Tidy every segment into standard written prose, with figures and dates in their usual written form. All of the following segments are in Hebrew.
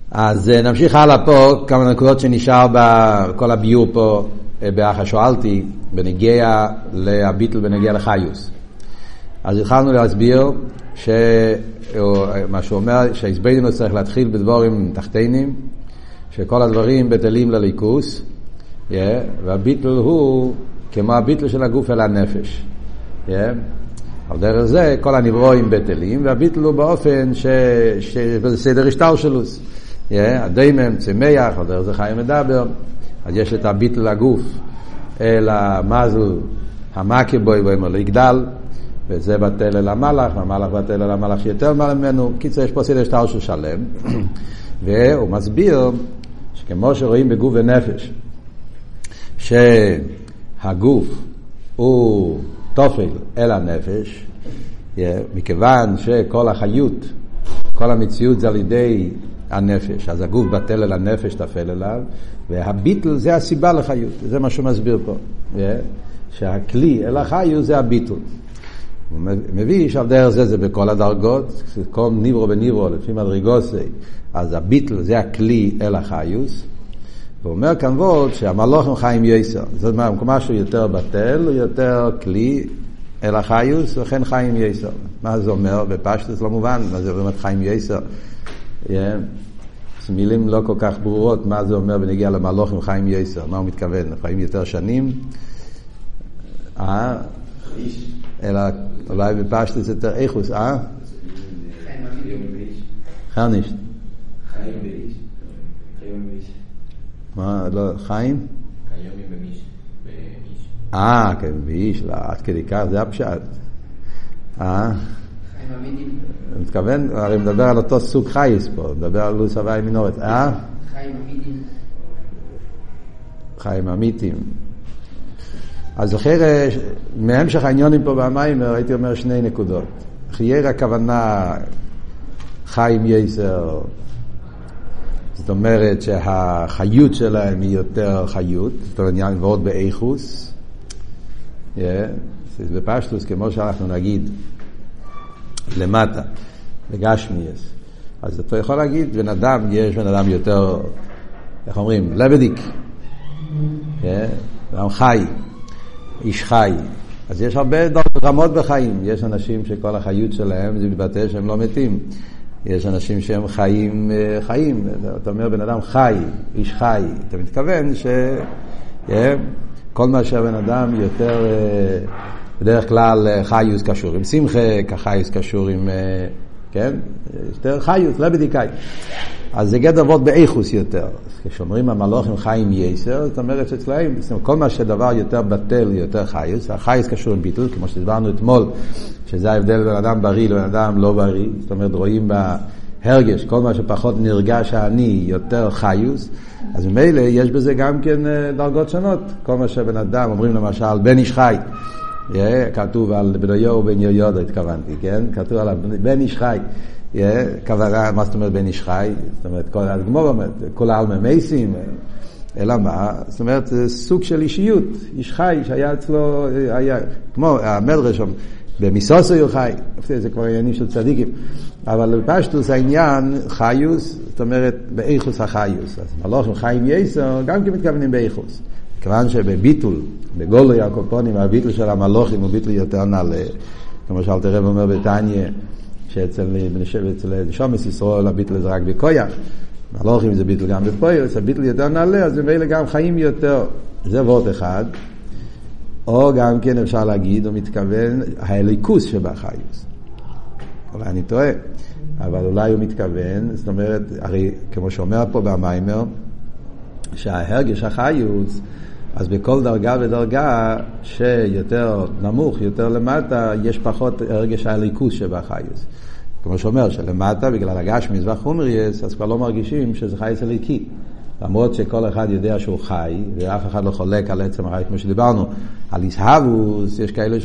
אז נמשיך הלאה פה, כמה נקודות שנשאר בכל הביור פה באחר שואלתי, בנגיע להביטל, בנגיע לחיוס. אז התחלנו להסביר מה שהוא אומר, שהסבדנו צריך להתחיל בדבורים תחתינים, שכל הדברים בטלים לליכוס, והביטל הוא כמו הביטל של הגוף אל הנפש. על דרך זה כל הנברואים בטלים, והביטל הוא באופן שבסדר השטר שלוס. הדיימם, צמח, על דרך זה חיים מדבר. אז יש את הביטל לגוף אל המזל המכה בו ואומר לו יגדל, וזה בטל אל המלאך, והמלאך בטל אל המלאך שיותר מעלה ממנו. קיצר יש פה סדר השטר של שלם, והוא מסביר שכמו שרואים בגוף ונפש שהגוף הוא תופל אל הנפש, מכיוון שכל החיות, כל המציאות זה על ידי הנפש, אז הגוף בטל אל הנפש, תפל אליו, והביטל זה הסיבה לחיות. זה מה שהוא מסביר פה, שהכלי אל החיות זה הביטל. הוא מביא שעל דרך זה בכל הדרגות, כל ניברו בניברו לפי מדרגוסי, אז הביטל זה הכלי אל החיוס. הוא אומר כאן ועוד שהמלאכים חיים יסר, זאת אומרת משהו יותר בטל, הוא יותר כלי אל החיוס, וכן חיים יסר. מה זה אומר? בפשטות לא מובן, מה זה אומר חיים יסר? מילים לא כל כך ברורות מה זה אומר בנגיע למלאכים חיים יסר, מה הוא מתכוון? חיים יותר שנים? אלא אולי בפשטות זה יותר איכוס, חרנישט. חיים באיש. מה, לא, חיים? קיומים במיש. כן, באיש, עד כדי כך, זה הפשט. חיים אמיתים. אני מתכוון, הרי מדבר על אותו סוג חייס פה, מדבר על לוס הוואי מינורת. חיים אמיתים. חיים אמיתים. אז אחרי, מהמשך העניונים פה במים, הייתי אומר שני נקודות. חייר הכוונה חיים יסר, זאת אומרת שהחיות שלהם היא יותר חיות, זאת אומרת עניין ועוד באיכוס, בפשטוס כמו שאנחנו נגיד למטה, לגשמיאס. אז אתה יכול להגיד בן אדם, יש בן אדם יותר, איך אומרים, לבדיק, אדם חי, איש חי. אז יש הרבה רמות בחיים, יש אנשים שכל החיות שלהם זה מתבטא שהם לא מתים. יש אנשים שהם חיים, אתה אומר בן אדם חי, איש חי, אתה מתכוון כל מה שהבן אדם יותר, בדרך כלל חיוס קשור עם שמחה, כחיוס קשור עם, כן, יותר חיוס, לא בדיקאי. אז זה גדר עבוד באיכוס יותר. כשאומרים המלאכים חיים יסר, זאת אומרת שאצלהם, כל מה שדבר יותר בטל, יותר חיוס, החיוס קשור עם ביטול, כמו שדברנו אתמול, שזה ההבדל בין אדם בריא לבין אדם לא בריא, זאת אומרת רואים בהרגש, כל מה שפחות נרגש העני יותר חיוס, אז ממילא יש בזה גם כן דרגות שונות. כל מה שבן אדם, אומרים למשל בן איש חי, כתוב על בנויו ובן יהודה התכוונתי, כן? כתוב על בן איש חי, כוונה, מה זאת אומרת בן איש חי? זאת אומרת, כל הגמור אומרת, כל העלמי מייסים, אלא מה? זאת אומרת, זה סוג של אישיות, איש חי שהיה אצלו, היה, כמו המדרש, במיסוסו הוא חי, זה כבר עניינים של צדיקים, אבל בפשטוס העניין חיוס, זאת אומרת, באיכוס החיוס. אז מלאכים חיים יסר, גם כי מתכוונים באיכוס. כיוון שבביטול, בגולוי הקופונים, הביטול של המלאכים הוא ביטול יותר נעלה, כמו שאלת הרב אומר בתניא, שאצל נשומס ישראל הביטול זה רק בכויח, מלאכים זה ביטול גם בפויוס, הביטול יותר נעלה, אז זה גם חיים יותר. זה וורט אחד. או גם כן אפשר להגיד, הוא מתכוון האליקוס שבחיוס. אולי אני טועה, אבל אולי הוא מתכוון, זאת אומרת, הרי כמו שאומר פה במיימר, שההרגש החיוס, אז בכל דרגה ודרגה שיותר נמוך, יותר למטה, יש פחות הרגש האליקוס שבחיוס. כמו שאומר, שלמטה, בגלל הגשמיס והחומריס, אז כבר לא מרגישים שזה חייס אליקי. למרות שכל אחד יודע שהוא חי, ואף אחד לא חולק על עצם החי, כמו שדיברנו, על איסהבוס, יש כאלה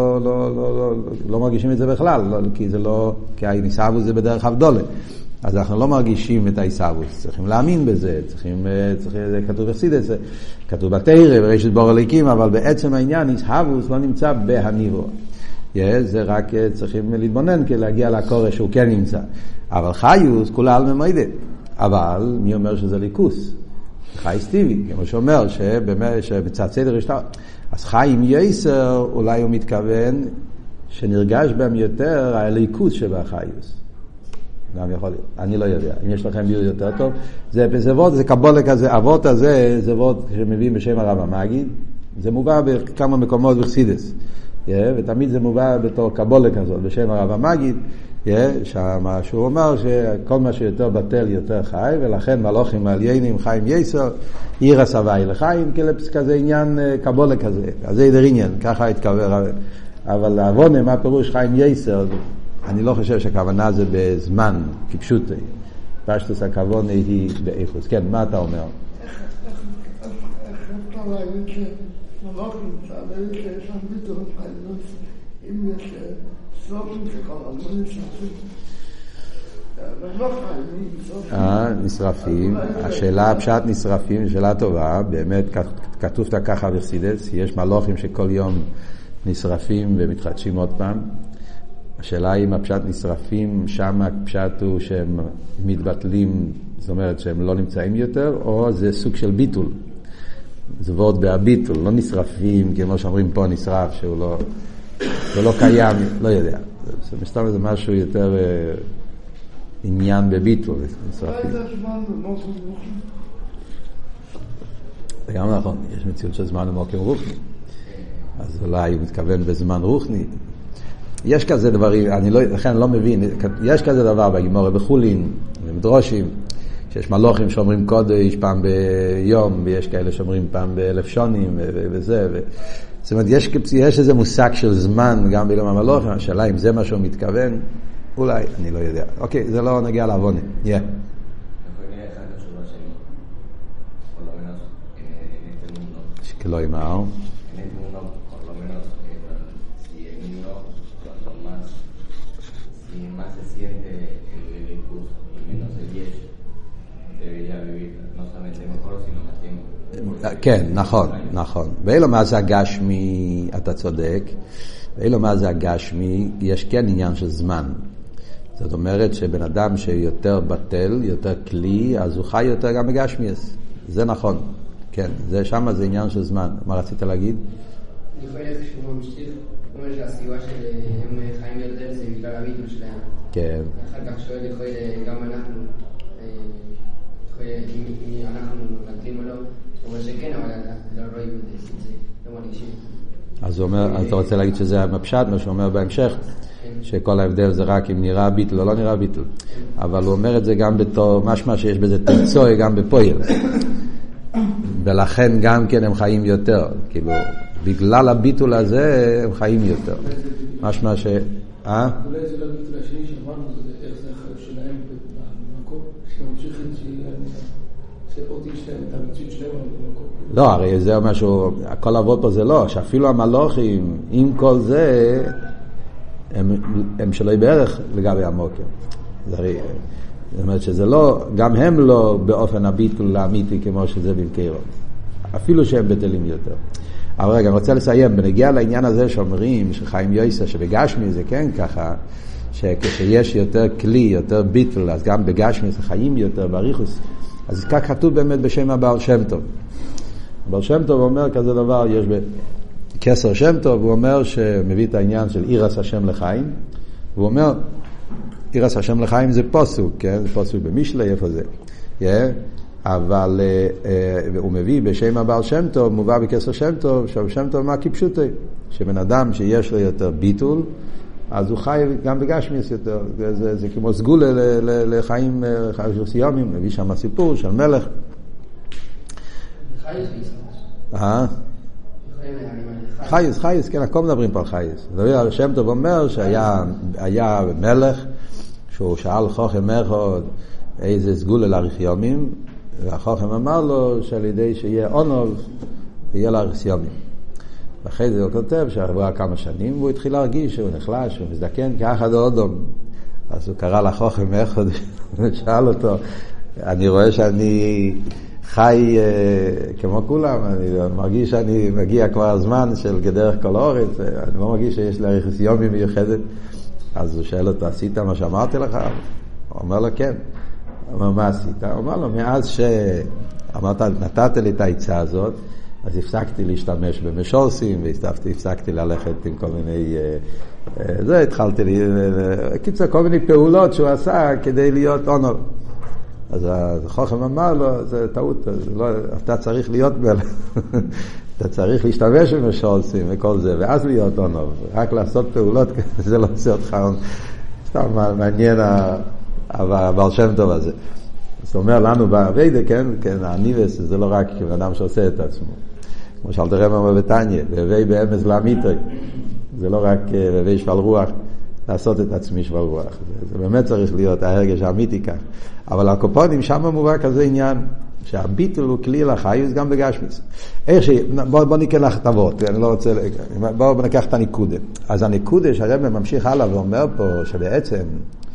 לא מרגישים את זה בכלל, כי זה לא, כי האיסהבוס זה בדרך הבדולה. אז אנחנו לא מרגישים את האיסהבוס, צריכים להאמין בזה, זה כתוב בחסידות, זה כתוב בתורה, ברשת בור הליקים, אבל בעצם העניין, איסהבוס לא נמצא בהניבו. זה רק צריכים להתבונן, כי להגיע לקורא שהוא כן נמצא. אבל חיוס, כולה על ממיידה. אבל מי אומר שזה ליכוס? חייס טבעי, כמו שאומר, שבצד סדר השתלשלות. אז חיים יסר, אולי הוא מתכוון שנרגש בהם יותר הליכוס שבחיוס. גם יכול להיות, אני לא יודע, אם יש לכם ביור יותר טוב. זה ווד, זה קבולה כזה, אבות הזה, זה ווד שמביאים בשם הרב המגיד, זה מובא בכמה מקומות בחסידות, ותמיד זה מובא בתור קבולה כזאת, בשם הרב המגיד, שהוא אומר שכל מה שיותר בטל יותר חי, ולכן מלוכים עליינים חיים יסר, עיר הסבי לחיים, כזה עניין קבולה כזה, אז זה ידר עניין, ככה התקבר. אבל לעוונה, מה פירוש חיים יסר? אני לא חושב שהכוונה זה בזמן, כפשוטי. פשטוס הכוונה היא באיכוס. כן, מה אתה אומר? איך אפשר להגיד שמלוכים, שעדיין שיש שם ביטול חיים, אם יש סופים שכל הזמן נשרפים. השאלה הפשט נשרפים, שאלה טובה, באמת כתוב ככה בחסידות, יש מלוכים שכל יום נשרפים ומתחדשים עוד פעם. השאלה אם הפשט נשרפים, שם הפשט הוא שהם מתבטלים, זאת אומרת שהם לא נמצאים יותר, או זה סוג של ביטול. זה וורט בהביטול, לא נשרפים, כמו שאומרים פה נשרף, שהוא לא קיים, לא יודע. זה מסתם זה משהו יותר עניין בביטול, נשרפים. זה גם נכון, יש מציאות של זמן ומוקים רוחני. אז אולי הוא מתכוון בזמן רוחני. יש כזה דברים, לכן לא מבין, יש כזה דבר בגימורה בחולין, במדרושים, שיש מלוכים שאומרים קודש פעם ביום, ויש כאלה שאומרים פעם ב1000 שנים, וזה. זאת אומרת, יש איזה מושג של זמן גם בילום המלוכים, השאלה אם זה מה שהוא מתכוון, אולי, אני לא יודע. אוקיי, זה לא נגיע לעוונה. נהיה אחד התשובה שלי, por lo menos en este mundo. שכלא ימר. En este mundo, por lo menos, si el niño, cuanto más, si más se siente el impulso y menos el yes, debería vivir no solamente mejor, sino más tiempo. כן, נכון, נכון. ואילו מה זה הגשמי, אתה צודק, ואילו מה זה הגשמי, יש כן עניין של זמן. זאת אומרת שבן אדם שיותר בטל, יותר כלי, אז הוא חי יותר גם בגשמיאס. זה נכון, כן, זה שמה זה עניין של זמן. מה רצית להגיד? אני יכול ללכת שהוא ממשיך, הוא אומר שהסיבה שהם חיים יותר זה בגלל הביטול שלהם. כן. אחר כך שואל יכול גם אנחנו, אם אנחנו נקדים או לא, הוא אומר שכן, אבל לא רואים את זה, לא מרגישים. אז הוא אומר, אתה רוצה להגיד שזה המפשט, מה שהוא אומר בהמשך, שכל ההבדל זה רק אם נראה ביטל או לא נראה ביטל. אבל הוא אומר את זה גם בתור משמע שיש בזה תמצוי גם בפועל. ולכן גם כן הם חיים יותר. כאילו, בגלל הביטול הזה הם חיים יותר. משמע ש... אולי זה לא ביטול השני שאמרנו, זה איך זה החיים שלהם במקום, שממשיכים שעוד יש להם את המציאות שלהם במקום. לא, הרי זה משהו, הכל עבוד פה זה לא, שאפילו המלוכים, עם כל זה, הם שלא בערך לגבי המוקר. זאת אומרת שזה לא, גם הם לא באופן הביטול האמיתי כמו שזה במקרו. אפילו שהם בטלים יותר. אבל רגע, אני רוצה לסיים, בנגיע לעניין הזה שאומרים שחיים יויסה, שבגשמי זה כן ככה, שכשיש יותר כלי, יותר ביטול, אז גם בגשמי זה חיים יותר, בריחוס. אז כך כתוב באמת בשם הבעל שם טוב. הבעל שם טוב אומר כזה דבר, יש בקסר שם טוב, הוא אומר שמביא את העניין של עירס השם לחיים, הוא אומר, עירס השם לחיים זה פוסוק, כן? זה פוסוק במשלי, איפה זה? אבל הוא מביא בשם הבעל שם טוב, מובא בקסר שם טוב, שם טוב מה כפשוטי, שבן אדם שיש לו יותר ביטול, אז הוא חי גם בגשמיס יותר, זה כמו סגולה לחיים סיומים, מביא שם סיפור של מלך. חייס, כן, הכל מדברים פה על חייס. שם טוב אומר שהיה מלך, שהוא שאל חוכם אחד איזה סגולה לאריך יומים, והחוכם אמר לו שעל ידי שיהיה עונוב, יהיה לאריך יומים. ואחרי זה הוא כותב שעברה כמה שנים, והוא התחיל להרגיש שהוא נחלש, הוא מזדקן כאחד אודום. אז הוא קרא לחוכם אחד, ושאל אותו, אני רואה שאני חי כמו כולם, אני מרגיש שאני מגיע כבר הזמן של גדרך כל האורץ, אני לא מרגיש שיש לי אריכות יומי מיוחדת. אז הוא שואל אותו, עשית מה שאמרתי לך? הוא אומר לו, כן. אומר, מה עשית? הוא אמר לו, מאז שאמרת, נתת לי את העצה הזאת, אז הפסקתי להשתמש במשורסים, והפסקתי ללכת עם כל מיני, התחלתי קיצר, כל מיני פעולות שהוא עשה כדי להיות אונור. אז החוכם אמר לו, זה טעות, אתה צריך להיות אתה צריך להשתמש במשורסים וכל זה, ואז להיות אונור. רק לעשות פעולות, זה לא עושה אותך, סתם מעניין הבעל שם טוב הזה. זאת אומרת לנו בעבודה, כן, הניבס זה לא רק כאדם שעושה את עצמו. כמו שאלתר רבי אומר בתניא, והווי באמס לאמיתוי. זה לא רק והווי שפל רוח, לעשות את עצמי שפל רוח. זה באמת צריך להיות ההרגש האמיתי כך. אבל הקופונים שם מובא כזה עניין, שהביטול הוא כלי לחיות גם בגשמיס. בוא ניקח לך תוות, אני לא רוצה, בוא ניקח את הניקודה. אז הניקודה שהרבי ממשיך הלאה ואומר פה שבעצם,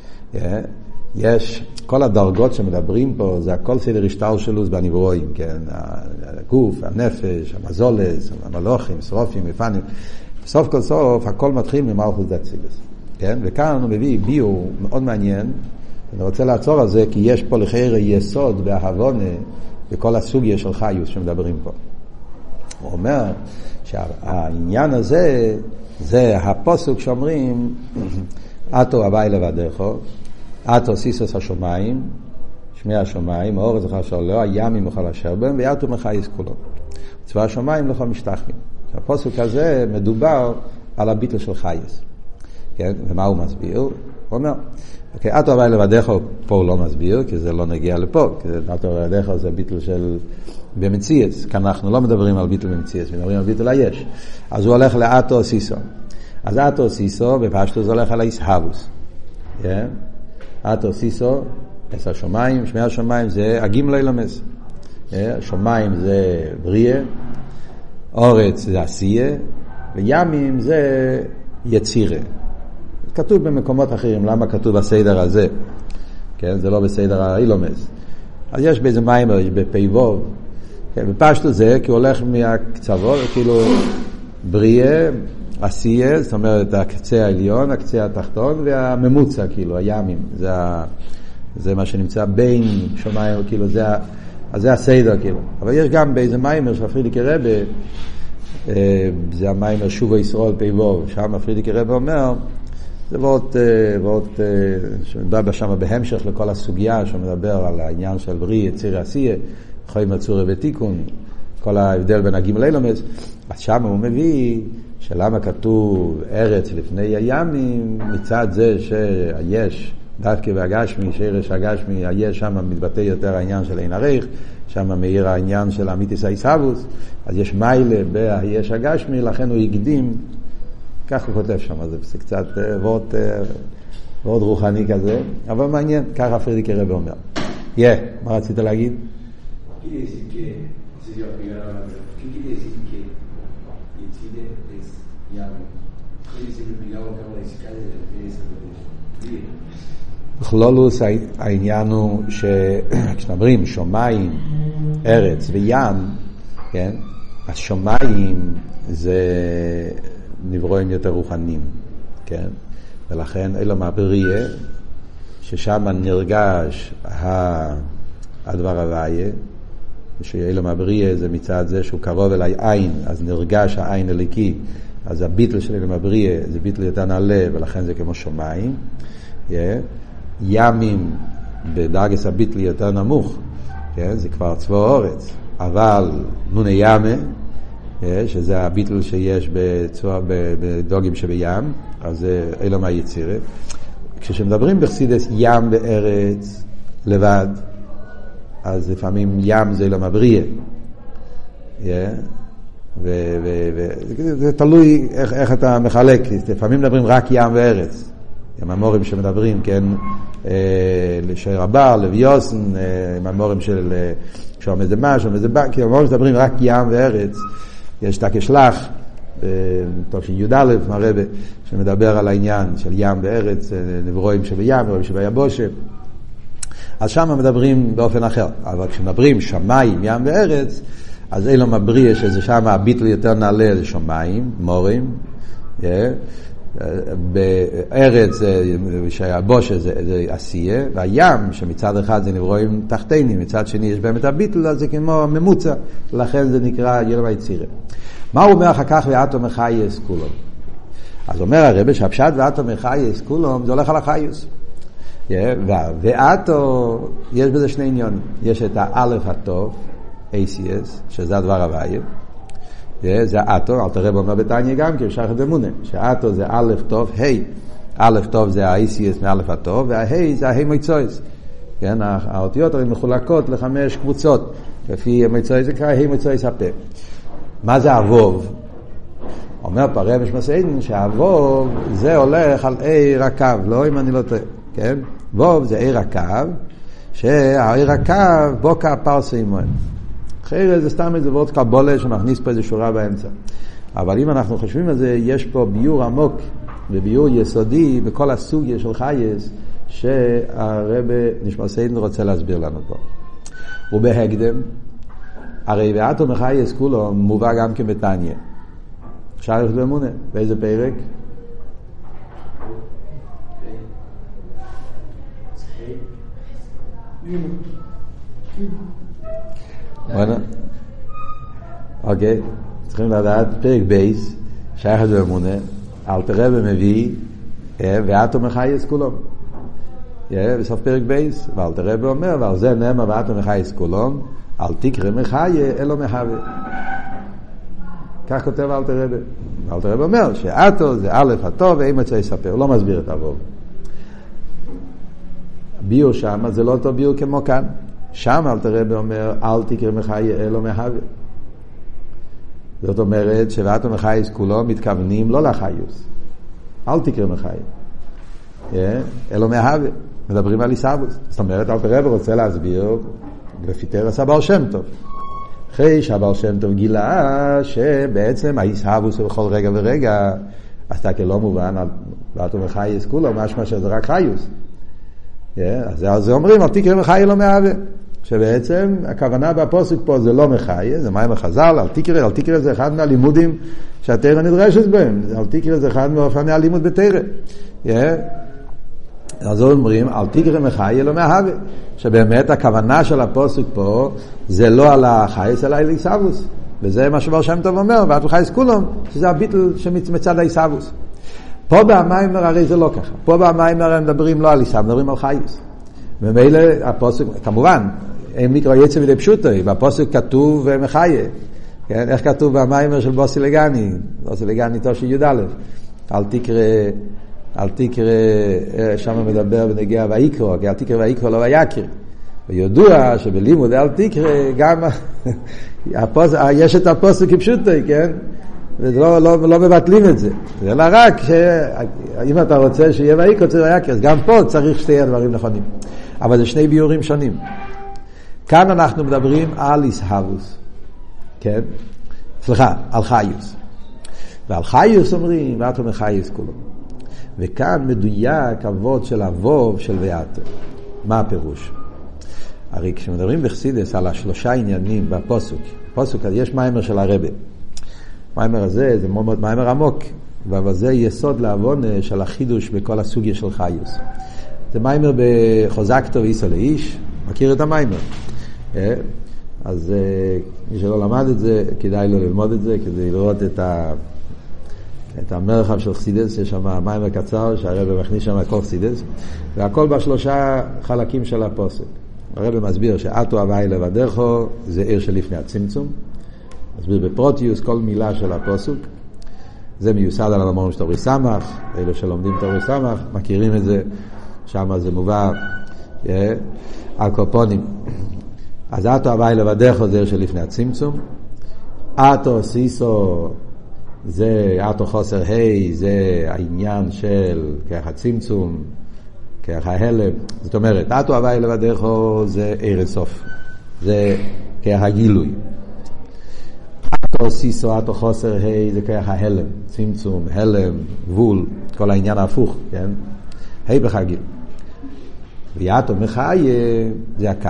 יש כל הדרגות שמדברים פה, זה הכל סדר השטר שלו בנברואים, כן? הגוף, הנפש, המזולס, המלוכים, שרופים, מפנים. בסוף כל סוף, הכל מתחיל ממלכות דאצילס. כן? וכאן הוא מביא ביור מאוד מעניין, אני רוצה לעצור על זה, כי יש פה לחייר יסוד בהבונה, בכל הסוגיה של חיוס שמדברים פה. הוא אומר שהעניין הזה, זה הפסוק שאומרים, אתו הווי לבדךו, אתו סיסוס השומיים, שמי השומיים, האורץ לך שלו, הימים וכל אשר בהם, ויתו מחייס כולו. צבא השומיים לכל משתחים. הפסוק הזה מדובר על הביטל של חייס. כן? ומה הוא מסביר? הוא אומר, אוקיי, אתו הווי לבדך, פה הוא לא מסביר, כי זה לא נגיע לפה, כי אתו הווי לבדך זה ביטל של במציאס, כאן אנחנו לא מדברים על ביטל במציאס, מדברים על ביטל היש. אז הוא הולך לאתו סיסו. אז אתו סיסו, בפשטו זה הולך על הישהבוס. כן? אתו סיסו, עשר שמיים, שמי השמיים זה הגימלי למס. השמיים זה בריאה, אורץ זה עשייה, וימים זה יצירה. כתוב במקומות אחרים, למה כתוב בסדר הזה? כן, זה לא בסדר האילומס. אז יש באיזה מים, יש בפייבוב. כן, בפשטו זה, כי הוא הולך מהקצוות, כאילו בריאה, עשייה, זאת אומרת הקצה העליון, הקצה התחתון, והממוצע, כאילו, הימים. זה מה שנמצא בין שמיים, כאילו, אז זה הסדר, כאילו. אבל יש גם באיזה מיימר שהפרידיקי רבי, זה המיימר שובו ישראל פייבוב, שם הפרידיקי רבי אומר, זה ועוד שמדבר שם בהמשך לכל הסוגיה, שמדבר על העניין של בריא, יציר עשייה, חוי מצורי ותיקון, כל ההבדל בין הגימלי למס, אז שם הוא מביא שלמה כתוב ארץ לפני הימים, מצד זה שהיש, דווקא והגשמי, שירש הגשמי, היש שם מתבטא יותר העניין של אין עריך, שם מאיר העניין של אמיתיס הישהבוס, אז יש מיילה בהיש הגשמי, לכן הוא יקדים, כך הוא כותב שם, זה קצת ועוד רוחני כזה, אבל מעניין, ככה פרידיקי רבי אומר. מה רצית להגיד? בכלולוס העניין הוא שכשנאמרים שמיים, ארץ וים, כן? השמיים זה נברואים יותר רוחניים, כן? ולכן אלו מהבריאה, ששם נרגש הדבר הוויה, שאלו מהבריאה זה מצד זה שהוא קרוב אליי עין, אז נרגש העין הליקי, אז הביטל של אלו מהבריאה זה ביטל יותר נעלה, ולכן זה כמו שמיים. ימים בדרגס הביטל יותר נמוך, זה כבר צבא אורץ, אבל נוני ימה, שזה הביטל שיש בדוגים שבים, אז זה אלו מהיצירה. כשמדברים בחסידס ים וארץ לבד, אז לפעמים ים זה אלו מהבריאה, זה תלוי איך אתה מחלק, לפעמים מדברים רק ים וארץ, עם המורים שמדברים, כן, לשער הבר, לוויוסן, עם המורים של שום איזה משהו, כי המורים שמדברים רק ים וארץ, יש תקשלח, בתושין י"א, מהרבא, שמדבר על העניין של ים וארץ, נברואים שבים, נברואים שביבושה, אז שם מדברים באופן אחר, אבל כשמדברים שמיים, ים וארץ, אז אילו מבריא שזה שם הביטל יותר נעלה, זה שמיים, מורים, בארץ שהבושה זה עשייה, והים שמצד אחד זה נברואים תחתינים, מצד שני יש בהם את הביטל, אז זה כמו ממוצע, לכן זה נקרא ילם היצירה. מה הוא אומר אחר כך ואתו מחייס כולום? אז אומר הרב שהפשט ואתו מחייס כולום זה הולך על החיוס. ואתו יש בזה שני עניונים. יש את האלף הטוב, ACS, שזה הדבר הוויה. זה אתו, אל תראה אומר בתניא גם כי שייך דמונה, שאתו זה א' טוב, א' טוב זה ה-ACS מאלף הטוב, וההי זה ההי מויצויס. כן, האותיות הרי מחולקות ל5 קבוצות, לפי מויצויס זה קרא ההי מויצויס הפה. מה זה אבוב? אומר פרם משמעסיין שהאבוב זה הולך על עיר הקו, לא אם אני לא טועה, כן? אבוב זה עיר הקו, שהעיר הקו בוקה פרסי מוהם. אחרי זה סתם איזה וורט קבולה שמכניס פה איזה שורה באמצע. אבל אם אנחנו חושבים על זה, יש פה ביור עמוק וביור יסודי בכל הסוגיה של חייס שהרב נשמעסיין רוצה להסביר לנו פה. ובהקדם, הרי ואתו מחייס כולו מובא גם כמתניה. שייך דמונה, באיזה פרק? אוקיי, צריכים לדעת פרק בייס, שייך דמונה, אל תראה ומביא ואתו מחייס כולו. בסוף פרק בייס, ואל תראה ואומר, ועל זה נאמר ואתו מחייס כולו, אל תקרא מחיה אלו מחווה. כך כותב אל תראה. אל תראה אומר שאתו זה א' הטוב ואם יצא יספר, לא מסביר את אבוב. ביור שם זה לא אותו ביור כמו כאן. שם אל תראה אומר אל תקרא מחיה אלו מחווה. זאת אומרת שוואתו מחייס כולו מתכוונים לא לחיוס. אל תקרא מחיה אלו מחווה. מדברים על איסאבוס. זאת אומרת אל תראה ורוצה להסביר ופיטר עשה בעל שם טוב. אחרי שהבעל שם טוב גילה שבעצם האיסאבוס הוא בכל רגע ורגע, אז אתה כלא מובן, ואתו מחייס כולו, משמע שזה רק חיוס. אז זה אומרים, אל תקרא מחיה לא מהווה. שבעצם הכוונה בפוסק פה זה לא מחיה, זה מים החז"ל, אל תקרא זה אחד מהלימודים שהתורה נדרשת בהם, אל תקרא זה אחד מאופני הלימוד בתורה. אז אומרים, אל תקרא מחיה לא מהווה. שבאמת הכוונה של הפוסק פה זה לא על החייס אלא על איסאבוס. וזה מה שבעל שם טוב אומר, ואתו חייס כולם, שזה הביטל שמצד האיסאבוס. פה במיימר הרי זה לא ככה. פה במיימר הם מדברים לא על איסאבוס, מדברים על חייס. ומילא הפוסק, כמובן, הם נקרא יצא מדי פשוטי, בפוסק כתוב מחיה. כן? איך כתוב במיימר של בוסי לגני? בוסי לגני תושי י"א. אל תקרא, שם מדבר בנגיע ויקרא, כי אל תקרא ויקרא לא ויקרא. וידוע שבלימוד אל תקרא גם יש את הפוסק כפשוטי, כן? ולא מבטלים את זה. זה לא רק שאם אתה רוצה שיהיה ויקרא צריך ויקרא, אז גם פה צריך שתהיה דברים נכונים. אבל זה שני ביורים שונים. כאן אנחנו מדברים על איסהבוס, כן? סליחה, על חיוס. ועל חיוס אומרים, ואתו מחייס כולו. וכאן מדויק אבות של אבוב של ואתו. מה הפירוש? הרי כשמדברים בחסידס על השלושה עניינים בפוסוק, פוסוק, יש מיימר של הרבי. מיימר הזה זה מאוד מיימר עמוק, אבל זה יסוד לעוון של החידוש בכל הסוגיה של חיוס. זה מיימר בחוזקתו ואיסו לאיש, מכיר את המיימר. אז מי שלא למד את זה, כדאי לו ללמוד את זה, כדי לראות את המרחב של חסידס. יש שם מיימר קצר שהרבי מכניס שם כל חסידס, והכל בשלושה חלקים של הפוסק. הרבי מסביר שאתו הוואי לבדךו זה עיר שלפני הצמצום, מסביר בפרוטיוס כל מילה של הפוסק. זה מיוסד על המאמרים של תורי סמך, אלו שלומדים תורי סמך מכירים את זה, שם זה מובא על קופונים. אז אתו הוואי לבדךו זה עיר שלפני הצמצום, אתו סיסו זה אתו חוסר ה' זה העניין של ככה צמצום, ככה הלם. זאת אומרת, אתו הוואי לבדךו זה עיר סוף, זה ככה גילוי. אתו סיסו, אתו חוסר ה' זה ככה הלם, צמצום, הלם, גבול, כל העניין ההפוך, כן? ה' בחגיל. ואתו מחיה זה הקו.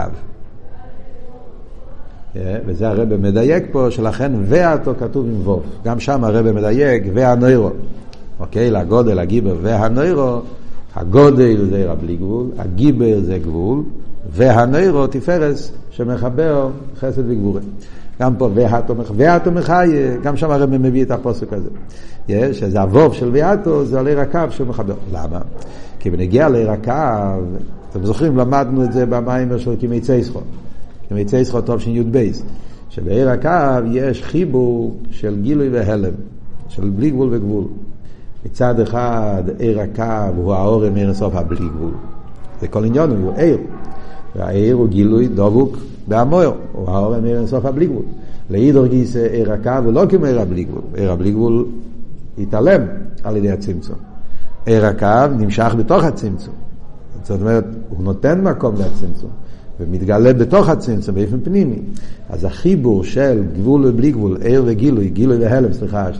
וזה הרב מדייק פה, שלכן ואתו כתוב עם ווב. גם שם הרב מדייק והנוירו. אוקיי? לגודל, הגיבר והנוירו, הגודל זה בלי גבול, הגיבר זה גבול, והנוירו תפארס שמחבר חסד וגבורה. גם פה ואתו מחי, גם שם הרב מביא את הפסוק הזה. שזה הווב של ואתו, זה על עיר הקו שמחבר. למה? כי בנגיע לעיר הקו, אתם זוכרים, למדנו את זה במיימר של כימי צייסחו. כימי צייסחו טוב שי"ב. שבעיר הקו יש חיבור של גילוי והלם, של בלי גבול וגבול. מצד אחד, עיר הקו הוא האור מאיר סוף הבלי גבול. זה כל עניין, הוא עיר. והעיר הוא גילוי דבוק בהמויר, הוא האור מאיר סוף הבלי גבול. לאידור גיס עיר הקו הוא לא כמו עיר הבלי גבול. עיר הבלי גבול יתעלם על ידי הצמצום. עיר הקו נמשך בתוך הצמצום. זאת אומרת, הוא נותן מקום להצמצום. ומתגלה בתוך הצמצום, באופן פנימי. אז החיבור של גבול ובלי גבול, עיר וגילוי, גילוי והלם,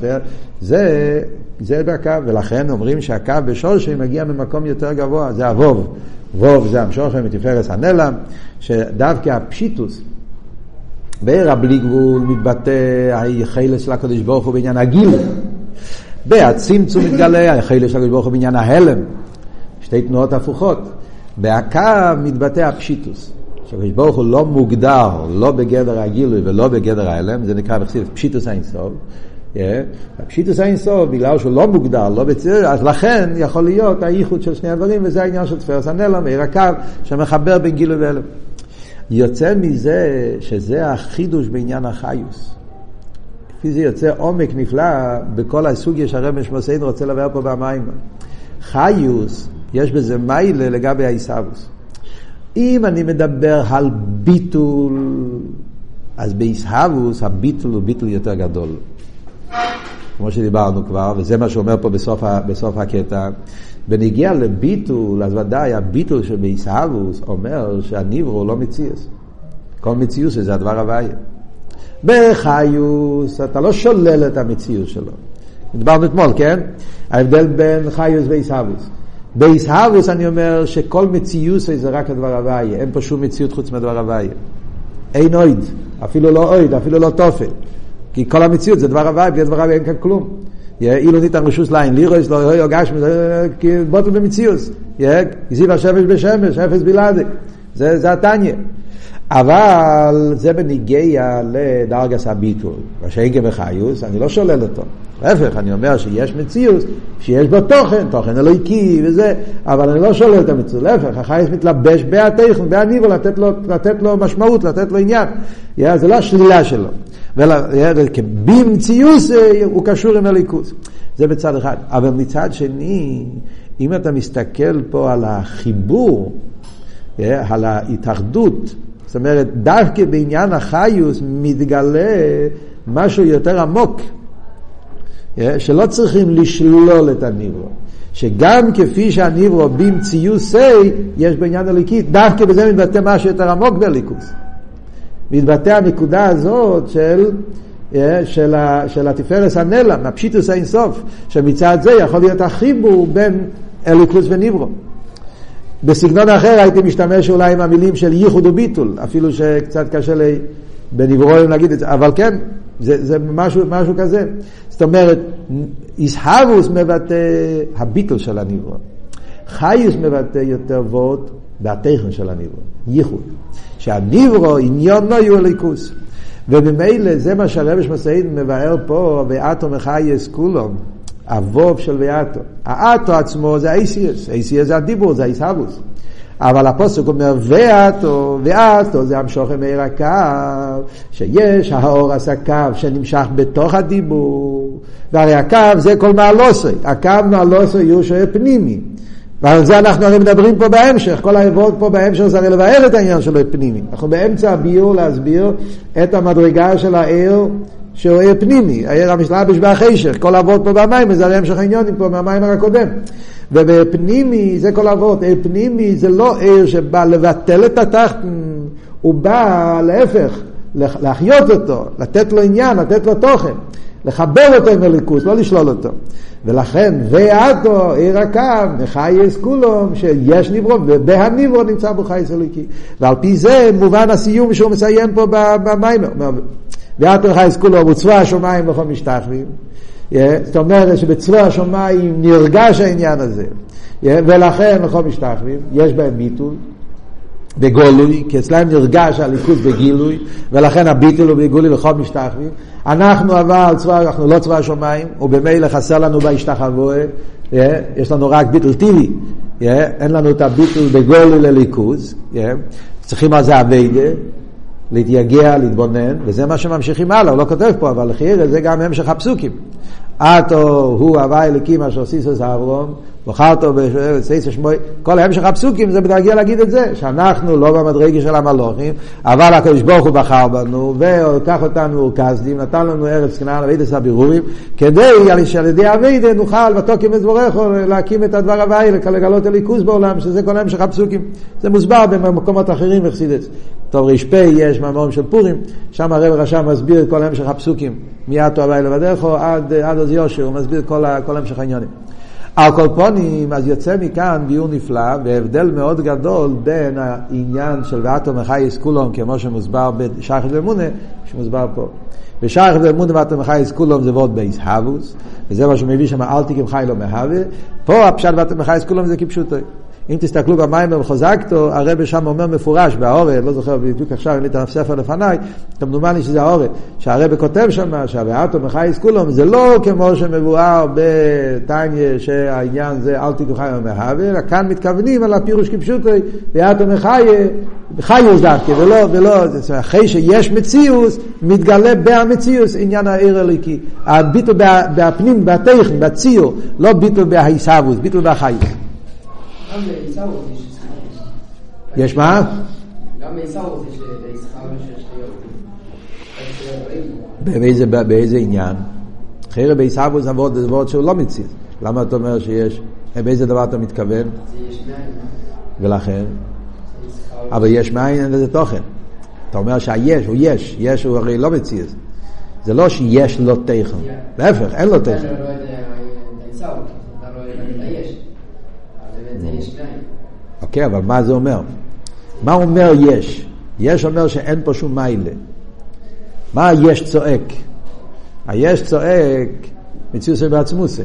זה בקו, ולכן אומרים שהקו בשורשים מגיע ממקום יותר גבוה, זה הווב. ווב זה המשורשים מתפארס הנעלם, שדווקא הפשיטוס, בעיר הבלי גבול מתבטא החילס של הקדוש ברוך הוא בעניין הגילוי. בהצמצום מתגלה החילס של הקדוש ברוך הוא בעניין ההלם. שתי תנועות הפוכות. בהקו מתבטא הפשיטוס. שהקדוש ברוך הוא לא מוגדר, לא בגדר הגילוי ולא בגדר ההלם, זה נקרא בחסידות פשיטוס אין סוף. הפשיטוס אין סוף, בגלל שהוא לא מוגדר, לא בציר, אז לכן יכול להיות הייחוד של שני הדברים, וזה העניין של תפארס הנעלם, עיר הקו, שמחבר בין גילוי והלם. יוצא מזה שזה החידוש בעניין החיוס. לפי זה יוצא עומק נפלא בכל הסוגיה שהרב משמעותיין רוצה לבאר פה במים. חיוס, יש בזה מיילה לגבי הישאבוס. אם אני מדבר על ביטול, אז בישאבוס הביטול הוא ביטול יותר גדול. כמו שדיברנו כבר, וזה מה שאומר פה בסוף הקטע. בנגיע לביטול, אז ודאי הביטול שבישאבוס אומר שהניברו לא מציאס. כל מציאוס זה הדבר הוויה. בחיוס אתה לא שולל את המציאוס שלו. דיברנו אתמול, כן? ההבדל בין חיוס וישאבוס. בישאבוס אני אומר שכל מציאות זה רק הדבר הוויה, אין פה שום מציאות חוץ מהדבר הוויה. אין אויד, אפילו לא אויד, אפילו לא תופל. כי כל המציאות זה דבר הוויה, בלי הדבר הוויה אין כאן כלום. אילו ניתן רשוס לעין, לירוס, לא יוגש, כי בוטל במציאות. יזיב השפש בשמש, אפס בלעדי. זה התניה. אבל זה בניגיה לדרגס הביטול. מה שאין כבחיוס, אני לא שולל אותו. להפך, אני אומר שיש מציאות, שיש בו תוכן אלוהיקי וזה, אבל אני לא שולל את המציאות. להפך, החייס מתלבש בהתכן, בהניבו, לתת לו משמעות, לתת לו עניין. זה לא השלילה שלו. במציאות הוא קשור עם אלוהיקוס. זה בצד אחד. אבל מצד שני, אם אתה מסתכל פה על החיבור, על ההתאחדות, זאת אומרת, דווקא בעניין החיוס מתגלה משהו יותר עמוק, שלא צריכים לשלול את הניברו. שגם כפי שהניברו במציאוסי, יש בעניין הליקית, דווקא בזה מתבטא משהו יותר עמוק בליקוס. מתבטא הנקודה הזאת של התפארס הנעלם, הפשיטוס האינסוף, שמצד זה יכול להיות החיבור בין אליקוס וניברו. בסגנון אחר הייתי משתמש אולי עם המילים של ייחוד וביטול, אפילו שקצת קשה לי בנברואים להגיד את זה, אבל כן, זה משהו כזה. זאת אומרת, ישהבוס מבטא הביטול של הנברוא. חיוס מבטא יותר וורט בהתכן של הנברוא, ייחוד. שהנברוא עניון לא יהיו אליקוס. ובמילא זה מה שהרבש מסעיד מבאר פה, ואתו מחייס כולו. הווב של ואתו. האתו עצמו זה אייסיאס. אייסיאס זה הדיבור, זה הישהבוס. אבל הפסוק אומר ואתו זה המשוכם מאיר הקו, שיש האור עשה קו שנמשך בתוך הדיבור, והרי הקו זה כל מעלוסי. הקו מעלוסי יהיו שואר פנימי. ועל זה אנחנו הרי מדברים פה בהמשך. כל העבוד פה בהמשך זה הרי לבאר את העניין שלו פנימי. אנחנו באמצע הביור להסביר את המדרגה של העיר שהוא עיר פנימי, העיר המשלבש והחשך. כל העבוד פה במים, זה הרי המשך העניונים פה מהמים הקודם. ובפנימי זה כל העבוד. עיר פנימי זה לא עיר שבא לבטל את התחת, הוא בא להפך, להחיות אותו, לתת לו עניין, לתת לו תוכן, לחבר אותו עם הליכוס, לא לשלול אותו. ולכן ואתו עיר הקו מחייס כולום שיש נברוא, ובהנברוא נמצא בו חייס אלוקי. ועל פי זה מובן הסיום שהוא מסיים פה במיימר. ואתו מחייס כולום וצבא השמיים בכל משתחווים, זאת אומרת שבצבא השמיים נרגש העניין הזה, ולכן לכל משתחווים יש בהם ביטול בגולוי, כי אצלהם נרגש הליכוז בגילוי, ולכן הביטול הוא בגולוי לכל משתחווים. אנחנו אבל אנחנו לא צבא השמיים, ובמילא חסר לנו בהשתחווה, יש לנו רק ביטול טבעי, אין לנו את הביטול בגולוי לליכוז, צריכים על זה עבודה, להתייגע, להתבונן, וזה מה שממשיכים הלאה, הוא לא כותב פה, אבל חייר, זה גם המשך הפסוקים. אתו הוא הווה אלוקים אשר סיסוס אברהם, בחרתו בסייס שמוי, כל המשך הפסוקים זה בדרגה להגיד את זה, שאנחנו לא במדרגה של המלוכים, אבל הקדוש ברוך הוא בחר בנו, ולקח אותנו אורקסדים, נתן לנו ארץ כנען, עבודת הבירורים, כדי שעל ידי עבודה נוכל בתוקף מזבורכו להקים את הדבר הבא, לגלות הליכוז בעולם, שזה כל המשך הפסוקים. זה מוסבר במקומות אחרים בחסידות. טוב, רשפי יש מאמרים של פורים, שם הרב רש"ם מסביר את כל המשך הפסוקים, מאתו הווה לבדךו עד עוז יושר, הוא מסביר כל המשך העניינים. על כל פונים, אז יוצא מכאן ביור נפלא, והבדל מאוד גדול בין העניין של ואתו מחייס כולם, כמו שמוסבר בשייך ואמונה, שמוסבר פה. בשייך ואמונה ואתו מחייס כולם זה ועוד בהסהבוס, וזה מה שמביא שם אל תיקים חי לא מהווה. פה הפשט ואתו מחייס כולם זה כפשוטו. אם תסתכלו במים בחוזקתו, הרב שם אומר מפורש בהאורה, לא זוכר בדיוק עכשיו, אין לי את הספר לפניי, כמדומה לי שזה ההאורה, שהרב כותב שם, שהוואתו מחייס כולם, זה לא כמו שמבואר בתניא שהעניין זה אל תיתו חי ומהווה, אלא כאן מתכוונים על הפירוש כפשוטו, וואתו חיוס דווקא, ולא, אחרי שיש מציאוס, מתגלה בהמציאוס עניין העיר הליקי, הביטו בפנים, בטכן, בציור, לא ביטו בהיסאבוס, ביטו בהחיוס. גם בעיסאוות יש סחרות. יש מה? גם בעיסאוות יש סחרות. באיזה עניין? אחרי בעיסאוות זה עבוד שהוא לא מציז. למה אתה אומר שיש? באיזה דבר אתה מתכוון? זה יש מאין. ולכן? אבל יש מאין אין לזה תוכן. אתה אומר שהיש הוא יש. יש הוא הרי לא מציז. זה לא שיש לו תכן. להפך, אין לו תכן. אתה רואה את העיסאוות. אתה רואה את היש. אוקיי, אבל מה זה אומר? מה אומר יש? יש אומר שאין פה שום מיילה. מה יש צועק? היש צועק מציאוס בעצמוס,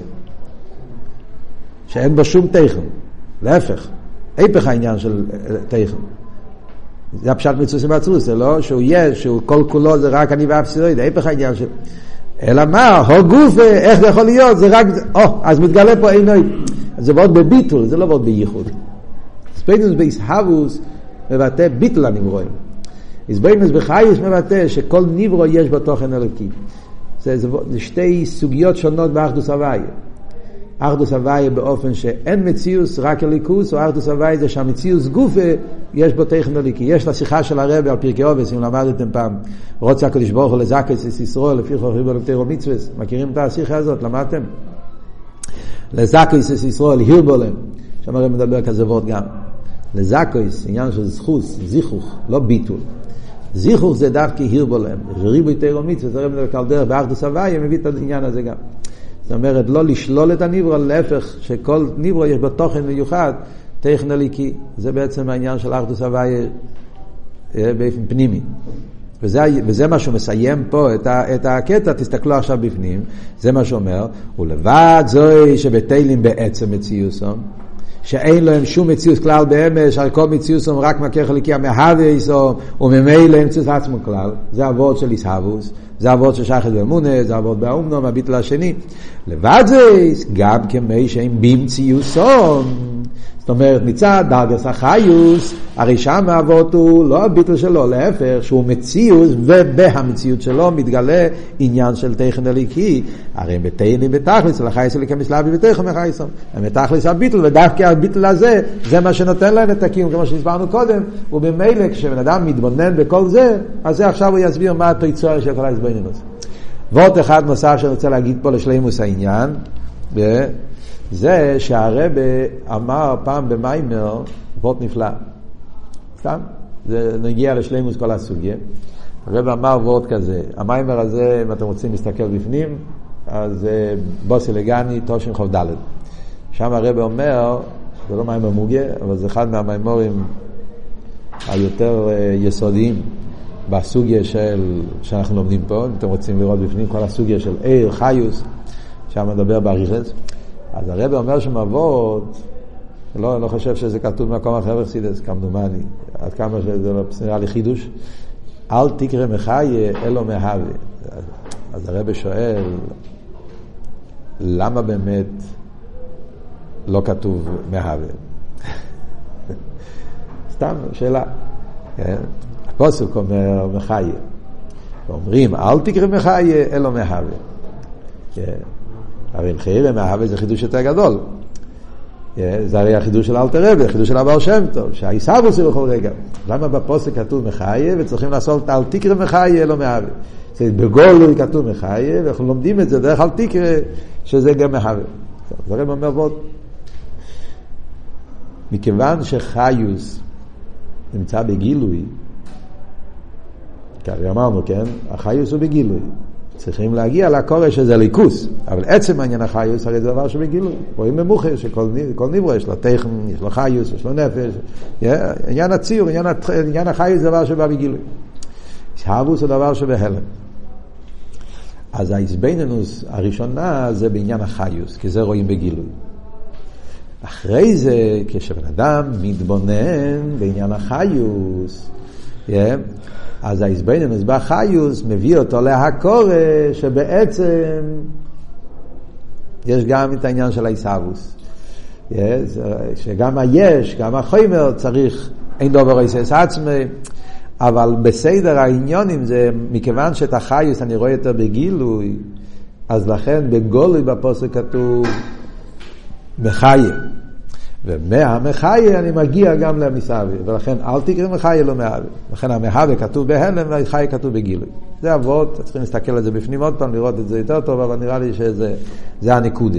שאין בו שום תכן. להפך, היפך העניין של תכן. זה הפשט מציאוס בעצמוס, זה לא שהוא יש, שהוא כל כולו זה רק אני ואפסידויד, היפך העניין של... אלא מה? הו גוף, איך זה יכול להיות? זה רק... אז מתגלה פה אינוי. זה ועוד בביטול, זה לא ועוד בייחוד. ספינוס בהסהבוס מבטא ביטול הנברואים. ספינוס בחייס מבטא שכל נברוא יש בו תוכן אלוקי. זה שתי סוגיות שונות באחדוס הוויה. אחדוס הוויה באופן שאין מציאוס רק אליקוס, או אחדוס הוויה זה שהמציאוס גוף יש בו תוכן אלוקי. יש לשיחה של הרב על פרקי אובס, אם למדתם פעם, רוצה הקדוש ברוך הוא לזקס את ישראל לפי חוכרים ולפתרו מצווס. מכירים את השיחה הזאת? למדתם? לזקויס את ישראל, הירבולם, שם הרי מדבר כזה וort גם. לזקויס, עניין של זכוס, זיכוך, לא ביטול. זיכוך זה דווקא הירבולם. ריבוי תירו מצווה, זה הרי מדבר על דרך באחדוס הוויה, מביא את העניין הזה גם. זאת אומרת, לא לשלול את הנברוא, להפך, שכל נברוא יש בתוכן מיוחד, תכן אלוקי. זה בעצם העניין של אחדוס הוויה באופן פנימי. וזה מה שהוא מסיים פה את הקטע, תסתכלו עכשיו בפנים, זה מה שאומר, ולבד זוי שבטלים בעצם מציוסם, שאין להם שום מציוס כלל באמש, על כל מציוסם רק מכך חלקי המהווה איסו, וממילא הם מציוס עצמו כלל, זה עבוד של איסהבוס, זה עבוד של שייכת ואמונה, זה עבוד באומנום, הביטול השני. לבד זוי, גם כמי שהם במציוסם, זאת אומרת, מצד דרגס החיוס, הרי שם העבוד הוא לא הביטל שלו, להפך, שהוא מציאוס, ובהמציאות שלו מתגלה עניין של תכן אליקי, הרי הם בתהילים בתכלס, על החייס אליקה מסלאבי בתכן מחייסם, הם בתכלס הביטל, ודווקא הביטל הזה, זה מה שנותן להם את הקיום, כמו שהסברנו קודם, ובמילא כשבן אדם מתבונן בכל זה, אז זה עכשיו הוא יסביר מה התוצאה של כל ההסבינינוס. ועוד אחד נוסף שאני רוצה להגיד פה לשלימוס העניין, זה שהרב אמר פעם במיימר וורט נפלא. סתם? זה נגיע לשלימוס כל הסוגיה. הרב אמר וורט כזה. המיימר הזה, אם אתם רוצים להסתכל בפנים, אז בוסי לגני, תושן חוב ד'. שם הרב אומר, זה לא מיימר מוגה, אבל זה אחד מהמיימורים היותר יסודיים בסוגיה שאנחנו לומדים פה. אם אתם רוצים לראות בפנים כל הסוגיה של עיר, חיוס, שם מדבר באריכות. אז הרב אומר שמעבוד, לא חושב שזה כתוב במקום אחר בחסידות, כמדומני, עד כמה שזה נראה לי חידוש. אל תקרא מחיה אלו מהווה. אז הרב שואל, למה באמת לא כתוב מהווה? סתם שאלה. הפסוק אומר מחיה. אומרים, אל תקרא מחיה אלו מהווה. הרי מחיה ומהווה זה חידוש יותר גדול. זה הרי החידוש של אלתר רבי, החידוש של הבעל שם טוב, שהעיסאוווס הוא בכל רגע. למה בפסוק כתוב מחיה וצריכים לעשות אל תקרא מחיה אלו מהווה? בגולוי כתוב מחיה, ואנחנו לומדים את זה דרך אל תקרא שזה גם מהווה. זה הרב אומר ועוד. מכיוון שחיוס נמצא בגילוי, כי אמרנו, כן? החיוס הוא בגילוי. צריכים להגיע לקורש שזה ליכוס, אבל עצם העניין החיוס הרי זה דבר שבגילוי. רואים במוחש שכל נברא יש לו תכן, יש לו חיוס, יש לו נפש. עניין הציור, עניין החיוס זה דבר שבא בגילוי. שהבוס הוא דבר שבהלם. אז ההסביננוס הראשונה זה בעניין החיוס, כי זה רואים בגילוי. אחרי זה, כשבן אדם מתבונן בעניין החיוס, אז ההסביננוס בחיוס מביא אותו להקורא שבעצם יש גם את העניין של העיסאוווס. שגם היש, גם החומר צריך, אין דבר עיסס עצמי, אבל בסדר העניונים זה, מכיוון שאת החיוס אני רואה יותר בגילוי, אז לכן בגולוי בפסוק כתוב מחיה. ומהמחיה אני מגיע גם למסעבי, ולכן אל תקרא מחיה לא מהווה. לכן המהווה כתוב בהלם והחיה כתוב בגילוי. זה אבות, צריכים להסתכל על זה בפנים עוד פעם, לראות את זה יותר טוב, אבל נראה לי שזה הנקודה.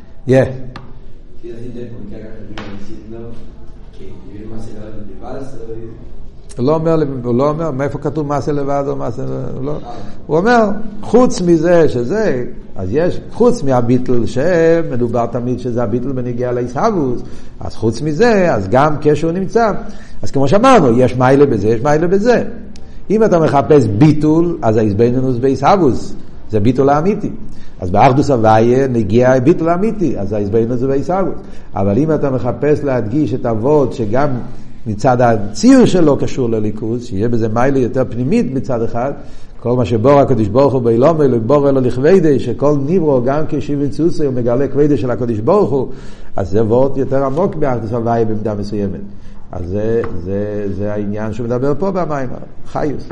הוא לא אומר מאיפה כתוב מעשה לבד או מעשה לא. הוא אומר חוץ מזה שזה, אז יש חוץ מהביטל שמדובר תמיד שזה הביטל בנגיע לעיסאוווס, אז חוץ מזה, אז גם כשהוא נמצא, אז כמו שאמרנו, יש מיילה בזה, יש מיילה בזה. אם אתה מחפש ביטול, אז ההסביננוס בעיסאוווס, זה ביטול האמיתי. אז באחדוס הוויה נגיע ביטול האמיתי, אז ההסביננוס זה בעיסאוווס. אבל אם אתה מחפש להדגיש את אבות שגם מצד הציר שלו קשור לליכוז, שיהיה בזה מיילה יותר פנימית מצד אחד, כל מה שבור הקדוש ברוך הוא באילום אלו, בור אלו לכבדי, שכל נברו גם כשיבין צוסי הוא מגלה כבדי של הקדוש ברוך הוא, אז זה וורט יותר עמוק באחדוס הוויה במידה מסוימת. אז זה העניין שהוא מדבר פה במים, חיוס.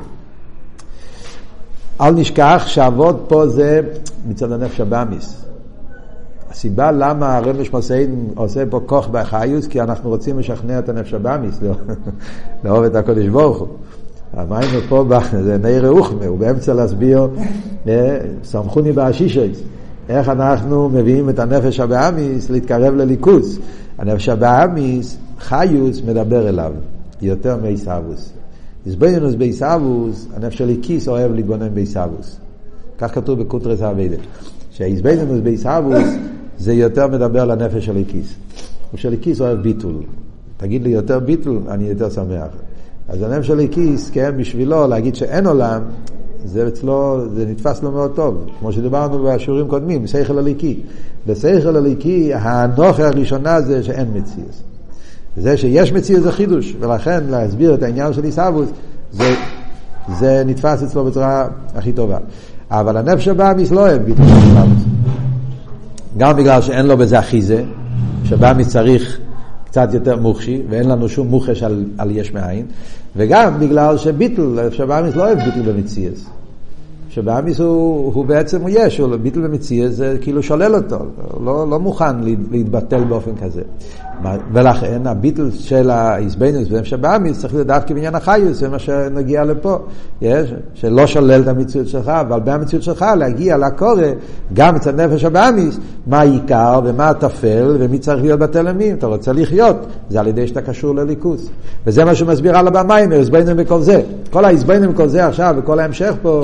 אל נשכח שהעבוד פה זה מצד הנפש הבאמיס. הסיבה למה הרמש מוסיין עושה פה כוח בחיוס, כי אנחנו רוצים לשכנע את הנפש הבאמיס, לאהוב את הקדוש ברוך הוא. המים פה זה נעיר רוחמה, הוא באמצע להסביר, סמכוני באשישייס, איך אנחנו מביאים את הנפש הבאמיס להתקרב לליכוס. הנפש הבאמיס, חיוס מדבר אליו, יותר מעיסאוווס. הסביננוס בעיסאוווס, הנפש הליקיס אוהב להתבונן בעיסאוווס. כך כתוב בקוטרס העבודה. שהסביננוס בעיסאוווס זה יותר מדבר לנפש הליקיס. ושהליקיס אוהב ביטול. תגיד לי יותר ביטול, אני יותר שמח. אז הנפש הליקיס, כן, בשבילו להגיד שאין עולם, זה אצלו, זה נתפס לו מאוד טוב. כמו שדיברנו בשיעורים קודמים, שכל הליקי. בשכל הליקי, הנוחה הראשונה זה שאין מציאות. זה שיש מציאות זה חידוש, ולכן להסביר את העניין של עיסאוווס, זה נתפס אצלו בצורה הכי טובה. אבל הנפש הבאמיס לא אוהב ביטול של עיסאוווס. גם בגלל שאין לו בזה אחיזה, שבאמיס צריך קצת יותר מוחשי, ואין לנו שום מוחש על יש מאין, וגם בגלל שביטל, שבאמיס לא אוהב ביטל במציאות. שבאמיס הוא בעצם הוא יש, ביטל במציאות זה כאילו שולל אותו, לא מוכן להתבטל באופן כזה. ולכן הביטל של ההסביננוס שבאמיס צריך לדעת כבעניין החיוס, זה מה שנגיע לפה, יש, שלא שולל את המציאות שלך, אבל במציאות שלך להגיע לקורא, גם אצל נפש הבאמיס, מה העיקר ומה התפל, ומי צריך להיות בתלמים, אתה רוצה לחיות, זה על ידי שאתה קשור לליכוס. וזה מה שהוא מסביר על הבמים, ההסביננוס בכל זה. כל ההסביננוס בכל זה עכשיו, וכל ההמשך פה,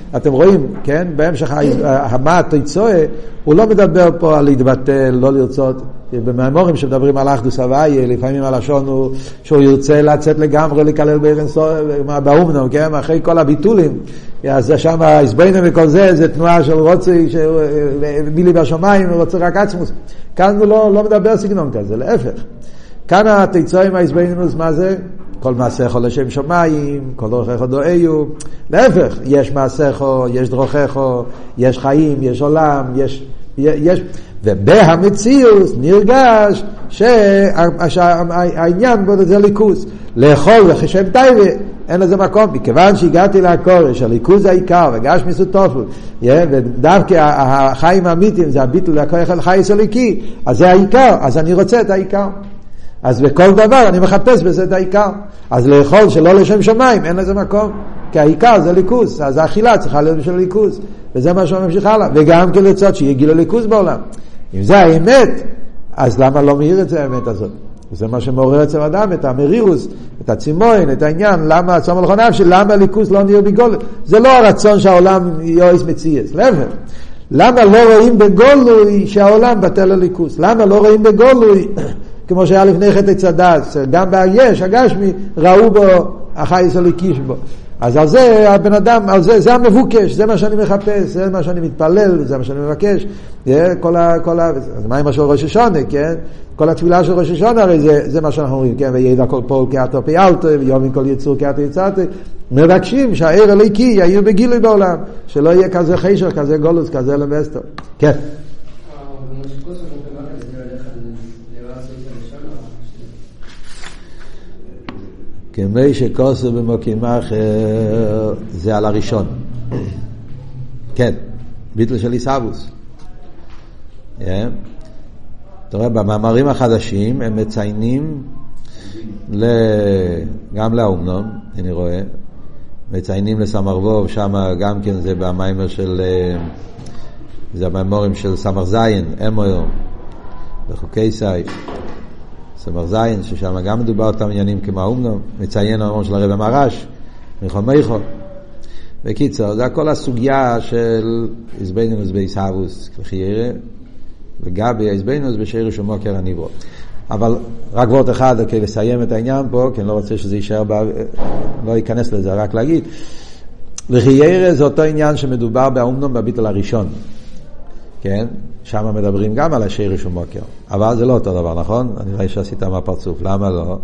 אתם רואים, כן? בהמשך מה התיצואה, הוא לא מדבר פה על להתבטל, לא לרצות. במאמרים שמדברים על אחדוס הוויה, לפעמים הלשון הוא שהוא ירצה לצאת לגמרי, לקלל באומנום, כן? אחרי כל הביטולים. אז שם הסביינים וכל זה תנועה של רוצי, מילי בשמיים, רוצה רק עצמוס. כאן הוא לא מדבר סגנון כזה, להפך. כאן התיצואה עם ההסביינים, מה זה? כל מעשיך לשם שמיים, כל דרכך דואיו. להפך, יש מעשיך, יש דרכך, יש חיים, יש עולם, יש ובהמציאות נרגש שהעניין בו זה ליכוז. לאכול וחשב טייבה, אין לזה מקום. מכיוון שהגעתי לקורש, הליכוז זה העיקר, וגש מסוטופל, ודווקא החיים האמיתיים זה הביטול לחי סליקי, אז זה העיקר, אז אני רוצה את העיקר. אז בכל דבר אני מחפש בזה את העיקר. אז לאכול שלא לשם שמיים, אין לזה מקום. כי העיקר זה ליכוז, אז האכילה צריכה להיות בשביל ליכוז. וזה מה שהוא ממשיך הלאה. וגם כן לצד שיגיע לליכוז בעולם. אם זה האמת, אז למה לא מהיר את זה האמת הזאת? וזה מה שמעורר אצל אדם, את המרירוס, את הצימוין, את העניין, למה הצום הלכון נפשי, למה ליכוז לא נהיה בגולוי? זה לא הרצון שהעולם יועס מציאס, להפך. למה לא רואים בגולוי שהעולם בטל לליכוז? למה לא רואים בגולוי כמו שהיה לפני חטא צדס, גם ביש, הגשמי, ראו בו החייס הליקי שבו. אז על זה הבן אדם, על זה, זה המבוקש, זה מה שאני מחפש, זה מה שאני מתפלל, זה מה שאני מבקש. אז מה עם ראש השונה, כן? כל התפילה של ראש השונה, הרי זה מה שאנחנו אומרים, כן? וידע כל פועל כאתו פיאלתו, ויומן כל יצור כאתו יצאתו. מבקשים שהעיר הליקי יהיה בגילוי בעולם, שלא יהיה כזה חשר, כזה גולוס, כזה למסתר. כן. כמי שכוסו במוקים אחר, זה על הראשון. כן, ביטל של איסאבוס. אתה רואה, במאמרים החדשים הם מציינים גם לאומנום, אני רואה, מציינים לסמרבוב, שם גם כן זה במאמר של, זה המאמרים של סמר זיין, אמויר, בחוקי סי. סמר זיין, ששם גם מדובר אותם עניינים כמו האומנום, מציין המאמר של הרב המרש, מיכו מיכו. בקיצור, זה הכל הסוגיה של איזבנינוס באיסאבוס, כחיירה, וגבי איזבנינוס בשיר שמוקר הניברו. אבל רק וורט אחד כדי לסיים את העניין פה, כי אני לא רוצה שזה יישאר, לא ייכנס לזה, רק להגיד. לחיירה זה אותו עניין שמדובר באומנום בביטל הראשון. כן? שם מדברים גם על השיר שמוקר. אבל זה לא אותו דבר, נכון? אני רואה שעשית מהפרצוף. למה לא?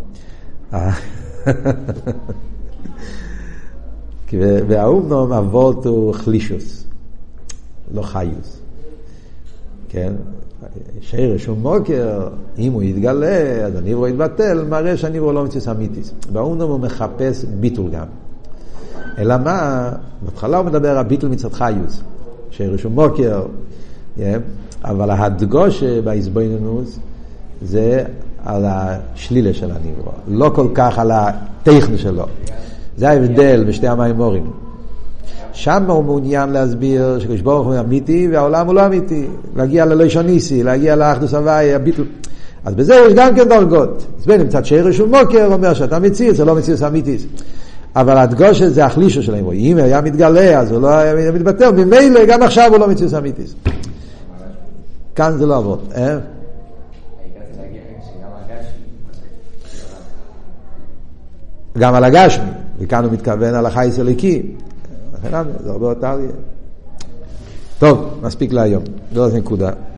והאומנום אבות הוא חלישוס, לא חיוס. כן? שיר שמוקר, אם הוא יתגלה, אז הניברו יתבטל, מראה שהניברו לא מציאס אמיתיס. באומנום הוא מחפש ביטול גם. אלא מה? בהתחלה הוא מדבר על ביטול מצד חיוס. שיר שמוקר, אבל ההדגוש בהסבינינוס זה על השלילה של הניברו, לא כל כך על הטכני שלו. זה ההבדל בשתי המיימורים. שם הוא מעוניין להסביר שקדוש ברוך הוא אמיתי והעולם הוא לא אמיתי, להגיע ללשוניסי, להגיע לאחדוס הוויה, הביטול. אז בזה יש גם כן דרגות. אז בין מצד שרש ומוקר אומר שאתה מציא, זה לא מציא אמיתיס. אבל הדגוש זה החלישו שלהם. אם היה מתגלה אז הוא לא היה מתבטל, ממילא גם עכשיו הוא לא מציא אמיתיס. כאן זה לא עבוד. גם על הגשמי, וכאן הוא מתכוון על החי סליקי. זה הרבה יותר. טוב, מספיק להיום. זו נקודה.